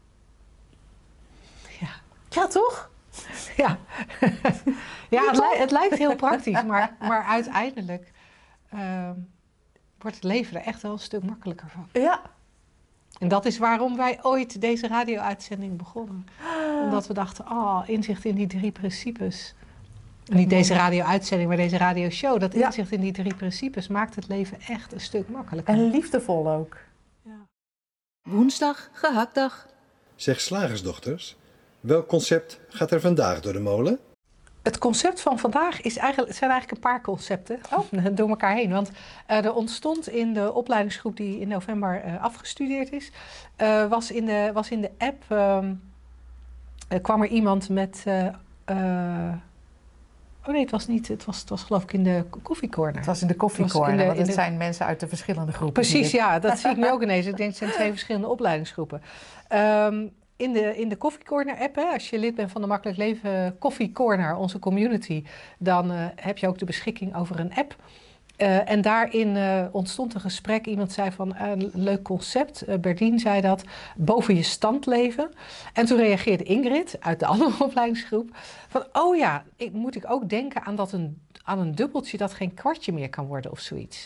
Ja, ja toch? Ja, ja het, li- het lijkt heel praktisch. Maar, maar uiteindelijk uh, wordt het leven er echt wel een stuk makkelijker van. Ja. En dat is waarom wij ooit deze radio-uitzending begonnen. Omdat we dachten, oh, inzicht in die drie principes. Niet deze radio-uitzending, maar deze radioshow. Dat inzicht ja. in die drie principes maakt het leven echt een stuk makkelijker. En liefdevol ook. Ja. Woensdag, gehaktdag. Zeg slagersdochters, welk concept gaat er vandaag door de molen? Het concept van vandaag is eigenlijk, het zijn eigenlijk een paar concepten oh. door elkaar heen. Want uh, er ontstond in de opleidingsgroep die in november uh, afgestudeerd is, uh, was, in de, was in de app, uh, uh, kwam er iemand met, uh, uh, oh nee, het was niet, het was, het was geloof ik in de koffiecorner. Het was in de koffiecorner, want het de, zijn mensen uit de verschillende groepen. Precies, ja, dat zie ik nu ook ineens. Ik denk, het zijn twee verschillende opleidingsgroepen. Um, In de, in de Coffee Corner app, hè, als je lid bent van de Makkelijk Leven Coffee Corner, onze community, dan uh, heb je ook de beschikking over een app. Uh, en daarin uh, ontstond een gesprek. Iemand zei van, uh, een leuk concept. Uh, Berdien zei dat, boven je stand leven. En toen reageerde Ingrid uit de andere opleidingsgroep. Van, oh ja, ik, moet ik ook denken aan, dat een, aan een dubbeltje dat geen kwartje meer kan worden of zoiets.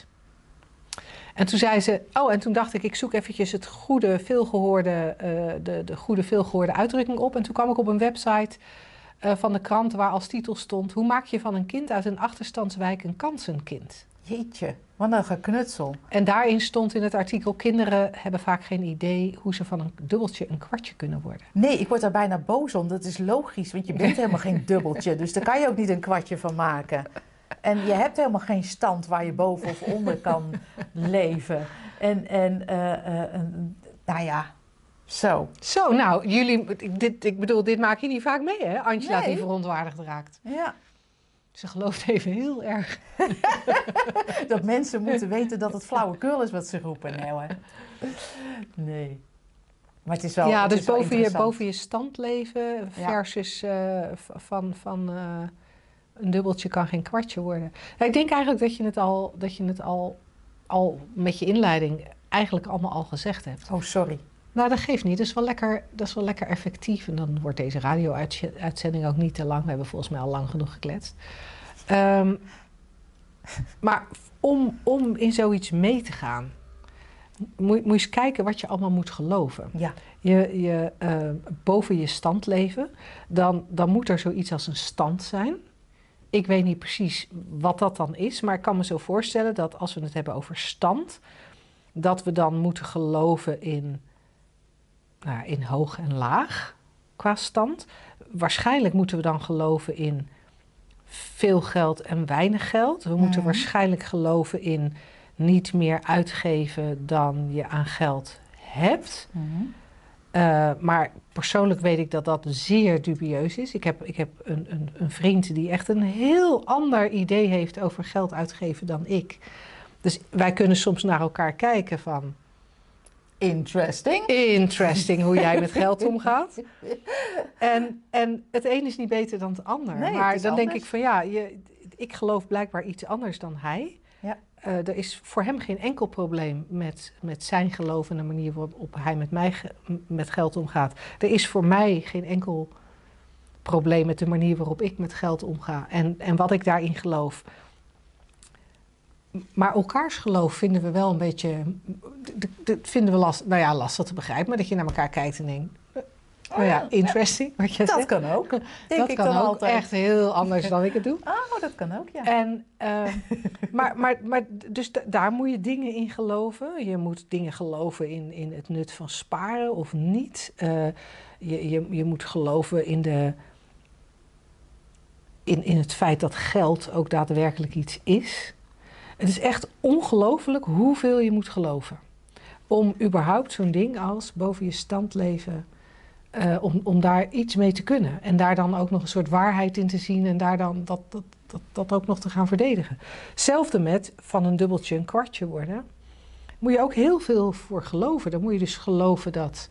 En toen zei ze, oh, en toen dacht ik, ik zoek eventjes het goede, veelgehoorde, uh, de, de goede, veelgehoorde uitdrukking op. En toen kwam ik op een website uh, van de krant waar als titel stond, hoe maak je van een kind uit een achterstandswijk een kansenkind? Jeetje, wat een geknutsel. En daarin stond in het artikel, kinderen hebben vaak geen idee hoe ze van een dubbeltje een kwartje kunnen worden. Nee, ik word daar bijna boos om. Dat is logisch, want je bent helemaal geen dubbeltje. Dus daar kan je ook niet een kwartje van maken. En je hebt helemaal geen stand waar je boven of onder kan leven. En, en uh, uh, uh, nou ja, zo. Zo, nou, jullie, dit, ik bedoel, dit maak je niet vaak mee, hè? Angela Nee. die verontwaardigd raakt. Ja. Ze gelooft even heel erg. Dat mensen moeten weten dat het flauwekul is wat ze roepen. Nee hoor. Nee. Maar het is wel Ja, het dus is wel boven, je, interessant. boven je stand leven versus uh, van... van uh, een dubbeltje kan geen kwartje worden. Ja, ik denk eigenlijk dat je het al, dat je het al, al met je inleiding eigenlijk allemaal al gezegd hebt. Oh, sorry. Nou, dat geeft niet. Dat is wel lekker, dat is wel lekker effectief. En dan wordt deze radio-uitzending ook niet te lang. We hebben volgens mij al lang genoeg gekletst. Um, maar om, om in zoiets mee te gaan, moet, moet je eens kijken wat je allemaal moet geloven. Ja. Je, je uh, boven je stand leven, dan, dan moet er zoiets als een stand zijn. Ik weet niet precies wat dat dan is, maar ik kan me zo voorstellen dat als we het hebben over stand, dat we dan moeten geloven in, nou, in hoog en laag qua stand. Waarschijnlijk moeten we dan geloven in veel geld en weinig geld. We moeten mm. waarschijnlijk geloven in niet meer uitgeven dan je aan geld hebt. Mm. Uh, maar persoonlijk weet ik dat dat zeer dubieus is. Ik heb, ik heb een, een, een vriend die echt een heel ander idee heeft over geld uitgeven dan ik. Dus wij kunnen soms naar elkaar kijken van... Interesting. Interesting hoe jij met geld omgaat. En, en het een is niet beter dan het ander. Nee, maar het dan anders. denk ik van ja, je, ik geloof blijkbaar iets anders dan hij. Ja. Uh, er is voor hem geen enkel probleem met, met zijn geloof en de manier waarop hij met mij ge, met geld omgaat. Er is voor mij geen enkel probleem met de manier waarop ik met geld omga en, en wat ik daarin geloof. Maar elkaars geloof vinden we wel een beetje, dat vinden we last, nou ja, lastig te begrijpen, maar dat je naar elkaar kijkt en denkt, nou ja, interesting, wat je Dat zegt. kan ook. Denk dat ik kan dan ook altijd. echt heel anders dan ik het doe. Oh, dat kan ook, ja. En, uh, maar, maar, maar dus d- daar moet je dingen in geloven. Je moet dingen geloven in, in het nut van sparen of niet. Uh, je, je, je moet geloven in, de, in, in het feit dat geld ook daadwerkelijk iets is. Het is echt ongelooflijk hoeveel je moet geloven. Om überhaupt zo'n ding als boven je stand leven... Uh, om, om daar iets mee te kunnen. En daar dan ook nog een soort waarheid in te zien... en daar dan dat, dat, dat, dat ook nog te gaan verdedigen. Hetzelfde met van een dubbeltje een kwartje worden. Moet je ook heel veel voor geloven. Dan moet je dus geloven dat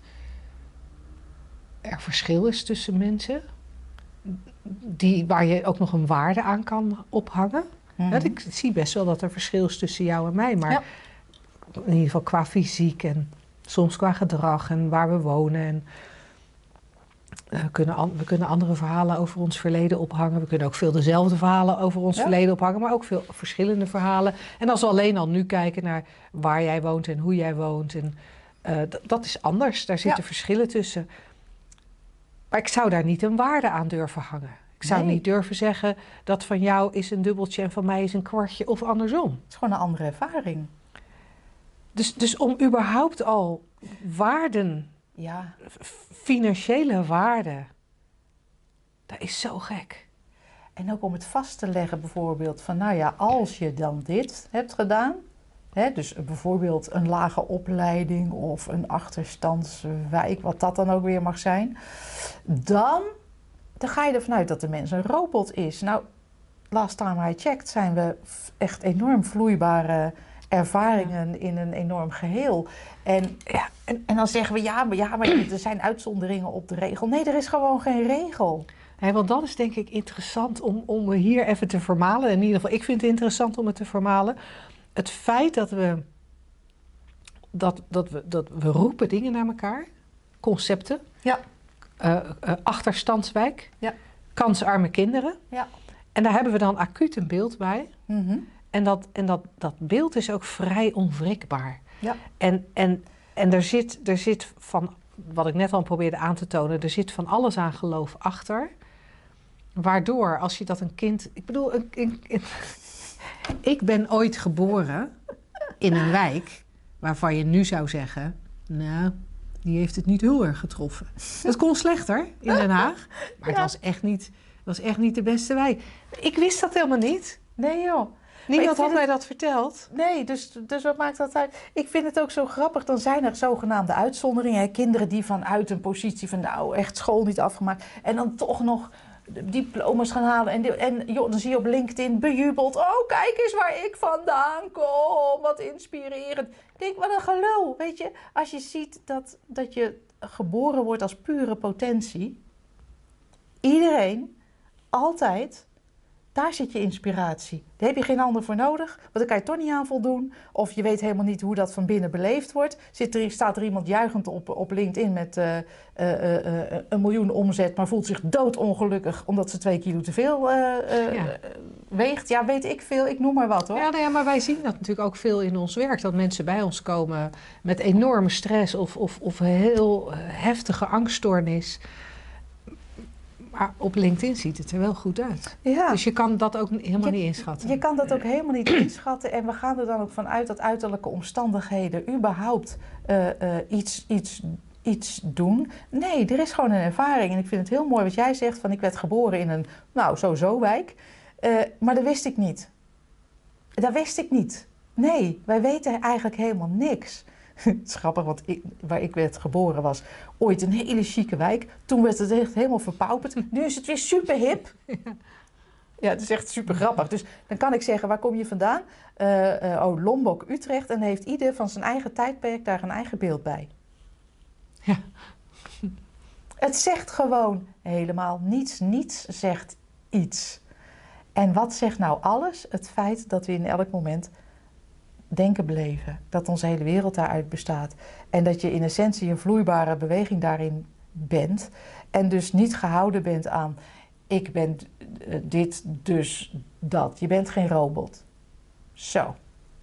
er verschil is tussen mensen... Die, waar je ook nog een waarde aan kan ophangen. Mm-hmm. Ja, ik zie best wel dat er verschil is tussen jou en mij... maar ja. In ieder geval qua fysiek en soms qua gedrag... en waar we wonen en... Uh, we, kunnen an- we kunnen andere verhalen over ons verleden ophangen. We kunnen ook veel dezelfde verhalen over ons ja. verleden ophangen, maar ook veel verschillende verhalen. En als we alleen al nu kijken naar waar jij woont en hoe jij woont, en, uh, d- dat is anders. Daar zitten ja. verschillen tussen. Maar ik zou daar niet een waarde aan durven hangen. Ik zou nee. niet durven zeggen dat van jou is een dubbeltje en van mij is een kwartje of andersom. Het is gewoon een andere ervaring. Dus, dus om überhaupt al waarden... Ja. Financiële waarde. Dat is zo gek. En ook om het vast te leggen bijvoorbeeld van... nou ja, als je dan dit hebt gedaan... Hè, dus bijvoorbeeld een lage opleiding... of een achterstandswijk, wat dat dan ook weer mag zijn... dan, dan ga je ervan uit dat de mens een robot is. Nou, last time I checked zijn we echt enorm vloeibare... ervaringen in een enorm geheel. En, ja, en, en dan zeggen we, ja maar, ja, maar er zijn uitzonderingen op de regel. Nee, er is gewoon geen regel. He, want dat is denk ik interessant om, om hier even te vermalen. In ieder geval, ik vind het interessant om het te vermalen. Het feit dat we, dat, dat we, dat we roepen dingen naar elkaar. Concepten. Ja. Uh, uh, achterstandswijk. Ja. Kansarme kinderen. Ja. En daar hebben we dan acuut een beeld bij. Mm-hmm. En, dat, en dat, dat beeld is ook vrij onwrikbaar. Ja. En, en, en er, zit, er zit van, wat ik net al probeerde aan te tonen, er zit van alles aan geloof achter. Waardoor, als je dat een kind... Ik bedoel, een, een, een, ik ben ooit geboren in een wijk waarvan je nu zou zeggen, nou, die heeft het niet heel erg getroffen. Het kon slechter in Den Haag, maar het Ja. was echt niet, was echt niet de beste wijk. Ik wist dat helemaal niet. Nee joh. Niemand had het- mij dat verteld. Nee, dus, dus wat maakt dat uit? Ik vind het ook zo grappig. Dan zijn er zogenaamde uitzonderingen. Hè? Kinderen die vanuit een positie van nou echt school niet afgemaakt. En dan toch nog diploma's gaan halen. En, die- en joh, dan zie je op LinkedIn bejubeld. Oh, kijk eens waar ik vandaan kom. Wat inspirerend. Ik denk, wat een gelul. Weet je, als je ziet dat, dat je geboren wordt als pure potentie. Iedereen, altijd... Daar zit je inspiratie. Daar heb je geen ander voor nodig. Want daar kan je toch niet aan voldoen. Of je weet helemaal niet hoe dat van binnen beleefd wordt. Zit er, staat er iemand juichend op, op LinkedIn met uh, uh, uh, uh, een miljoen omzet... maar voelt zich doodongelukkig omdat ze twee kilo te veel uh, uh, Ja. weegt. Ja, weet ik veel. Ik noem maar wat hoor. Ja, nou ja, maar wij zien dat natuurlijk ook veel in ons werk. Dat mensen bij ons komen met enorme stress of, of, of heel uh, heftige angststoornis. Maar op LinkedIn ziet het er wel goed uit. Ja. Dus je kan dat ook helemaal Je- niet inschatten. Je kan dat ook helemaal niet inschatten. En we gaan er dan ook vanuit dat uiterlijke omstandigheden überhaupt uh, uh, iets, iets, iets doen. Nee, er is gewoon een ervaring. En ik vind het heel mooi wat jij zegt. Van ik werd geboren in een, nou, sowieso wijk. Uh, maar dat wist ik niet. Dat wist ik niet. Nee, wij weten eigenlijk helemaal niks. Het is grappig, want ik, waar ik werd geboren was ooit een hele chique wijk. Toen werd het echt helemaal verpauperd. Nu is het weer super hip. Ja, het is echt super grappig. Dus dan kan ik zeggen, waar kom je vandaan? Uh, uh, oh, Lombok, Utrecht. En dan heeft ieder van zijn eigen tijdperk daar een eigen beeld bij. Ja. Het zegt gewoon helemaal niets. Niets zegt iets. En wat zegt nou alles? Het feit dat we in elk moment denken beleven. Dat onze hele wereld daaruit bestaat. En dat je in essentie een vloeibare beweging daarin bent. En dus niet gehouden bent aan ik ben dit, dus dat. Je bent geen robot. Zo.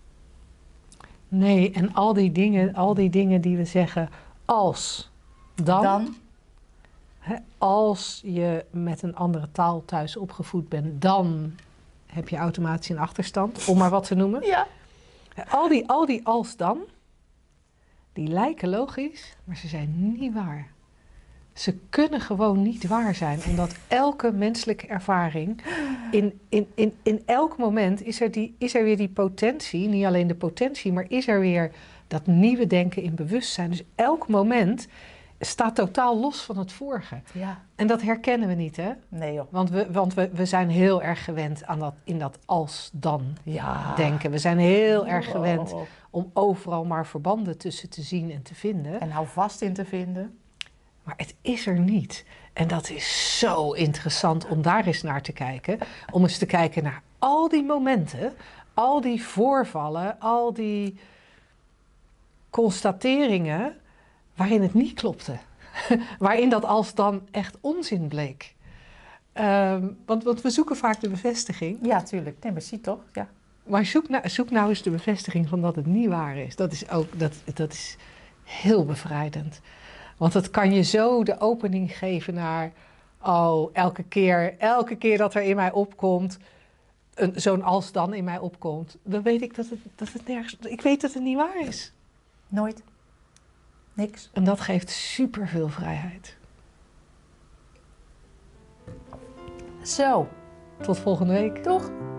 Nee, en al die dingen, al die dingen die we zeggen als, dan, Dan, hè, als je met een andere taal thuis opgevoed bent, dan heb je automatisch een achterstand, om maar wat te noemen. ja. Al die, al die als dan, die lijken logisch, maar ze zijn niet waar. Ze kunnen gewoon niet waar zijn, omdat elke menselijke ervaring, in, in, in, in elk moment is er, die, is er weer die potentie, niet alleen de potentie, maar is er weer dat nieuwe denken in bewustzijn. Dus elk moment staat totaal los van het vorige. Ja. En dat herkennen we niet, hè? Nee joh. Want we, want we, we zijn heel erg gewend aan dat, in dat als-dan Ja. denken. We zijn heel erg Oh, gewend oh, oh. om overal maar verbanden tussen te zien en te vinden. En hou vast in te vinden. Maar het is er niet. En dat is zo interessant om daar eens naar te kijken. Om eens te kijken naar al die momenten, al die voorvallen, al die constateringen waarin het niet klopte. Waarin dat als dan echt onzin bleek. Um, want, want we zoeken vaak de bevestiging. Ja, tuurlijk. Nee, maar zie toch? Ja. Maar zoek nou, zoek nou eens de bevestiging van dat het niet waar is. Dat is ook dat, dat is heel bevrijdend. Want dat kan je zo de opening geven naar, oh, elke keer, elke keer dat er in mij opkomt, een, zo'n als dan in mij opkomt, dan weet ik dat het, dat het nergens, ik weet dat het niet waar is. Nooit. Niks. En dat geeft superveel vrijheid. Zo. Tot volgende week. Toch?